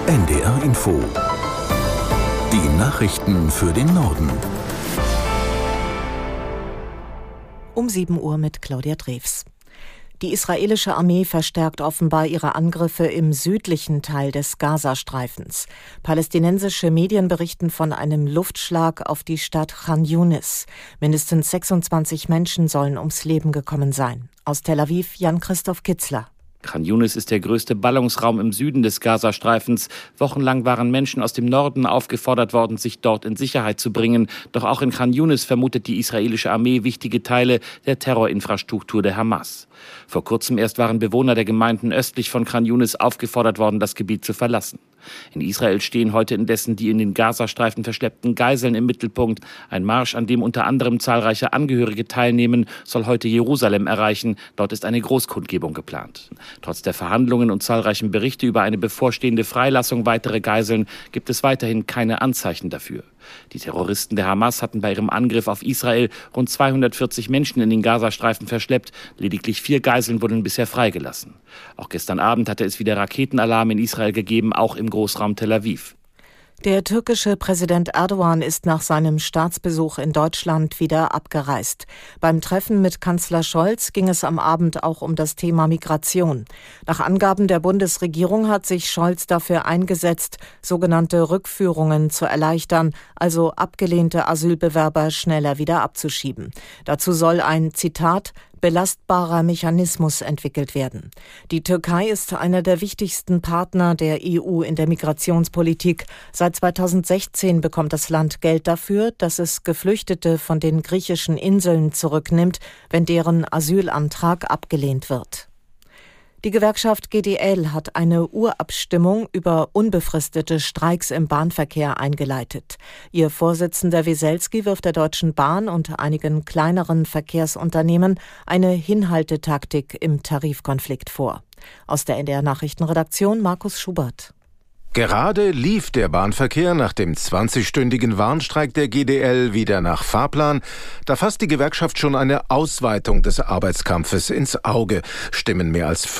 NDR Info. Die Nachrichten für den Norden. Um 7 Uhr mit Claudia Drews. Die israelische Armee verstärkt offenbar ihre Angriffe im südlichen Teil des Gazastreifens. Palästinensische Medien berichten von einem Luftschlag auf die Stadt Chan Yunis. Mindestens 26 Menschen sollen ums Leben gekommen sein. Aus Tel Aviv Jan-Christoph Kitzler. Chan Yunis ist der größte Ballungsraum im Süden des Gazastreifens. Wochenlang waren Menschen aus dem Norden aufgefordert worden, sich dort in Sicherheit zu bringen. Doch auch in Chan Yunis vermutet die israelische Armee wichtige Teile der Terrorinfrastruktur der Hamas. Vor kurzem erst waren Bewohner der Gemeinden östlich von Chan Yunis aufgefordert worden, das Gebiet zu verlassen. In Israel stehen heute indessen die in den Gazastreifen verschleppten Geiseln im Mittelpunkt. Ein Marsch, an dem unter anderem zahlreiche Angehörige teilnehmen, soll heute Jerusalem erreichen. Dort ist eine Großkundgebung geplant. Trotz der Verhandlungen und zahlreichen Berichte über eine bevorstehende Freilassung weiterer Geiseln gibt es weiterhin keine Anzeichen dafür. Die Terroristen der Hamas hatten bei ihrem Angriff auf Israel rund 240 Menschen in den Gazastreifen verschleppt. Lediglich 4 Geiseln wurden bisher freigelassen. Auch gestern Abend hatte es wieder Raketenalarm in Israel gegeben, auch im Großraum Tel Aviv. Der türkische Präsident Erdogan ist nach seinem Staatsbesuch in Deutschland wieder abgereist. Beim Treffen mit Kanzler Scholz ging es am Abend auch um das Thema Migration. Nach Angaben der Bundesregierung hat sich Scholz dafür eingesetzt, sogenannte Rückführungen zu erleichtern, also abgelehnte Asylbewerber schneller wieder abzuschieben. Dazu soll ein, Zitat, belastbarer Mechanismus entwickelt werden. Die Türkei ist einer der wichtigsten Partner der EU in der Migrationspolitik. Seit 2016 bekommt das Land Geld dafür, dass es Geflüchtete von den griechischen Inseln zurücknimmt, wenn deren Asylantrag abgelehnt wird. Die Gewerkschaft GDL hat eine Urabstimmung über unbefristete Streiks im Bahnverkehr eingeleitet. Ihr Vorsitzender Weselski wirft der Deutschen Bahn und einigen kleineren Verkehrsunternehmen eine Hinhaltetaktik im Tarifkonflikt vor. Aus der NDR Nachrichtenredaktion Markus Schubert. Gerade lief der Bahnverkehr nach dem 20-stündigen Warnstreik der GDL wieder nach Fahrplan. Da fasst die Gewerkschaft schon eine Ausweitung des Arbeitskampfes ins Auge. Stimmen mehr als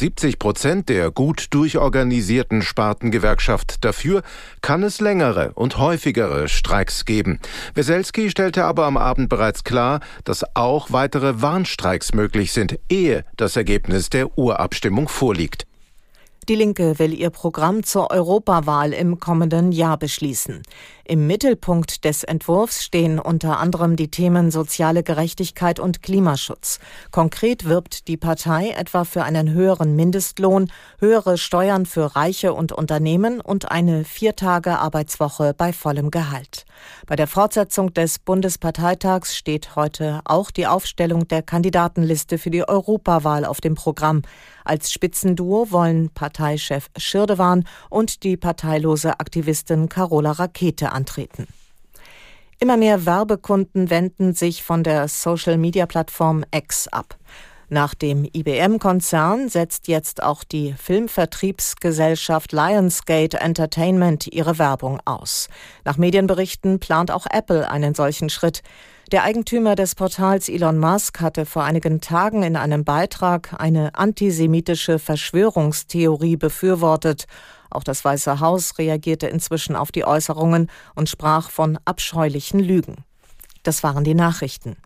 75% der gut durchorganisierten Spartengewerkschaft dafür, kann es längere und häufigere Streiks geben. Weselski stellte aber am Abend bereits klar, dass auch weitere Warnstreiks möglich sind, ehe das Ergebnis der Urabstimmung vorliegt. Die Linke will ihr Programm zur Europawahl im kommenden Jahr beschließen. Im Mittelpunkt des Entwurfs stehen unter anderem die Themen soziale Gerechtigkeit und Klimaschutz. Konkret wirbt die Partei etwa für einen höheren Mindestlohn, höhere Steuern für Reiche und Unternehmen und eine 4-Tage-Arbeitswoche bei vollem Gehalt. Bei der Fortsetzung des Bundesparteitags steht heute auch die Aufstellung der Kandidatenliste für die Europawahl auf dem Programm. Als Spitzenduo wollen Parteichef Schirdewan und die parteilose Aktivistin Carola Rakete antreten. Immer mehr Werbekunden wenden sich von der Social-Media-Plattform X ab. Nach dem IBM-Konzern setzt jetzt auch die Filmvertriebsgesellschaft Lionsgate Entertainment ihre Werbung aus. Nach Medienberichten plant auch Apple einen solchen Schritt. Der Eigentümer des Portals Elon Musk hatte vor einigen Tagen in einem Beitrag eine antisemitische Verschwörungstheorie befürwortet. Auch das Weiße Haus reagierte inzwischen auf die Äußerungen und sprach von abscheulichen Lügen. Das waren die Nachrichten.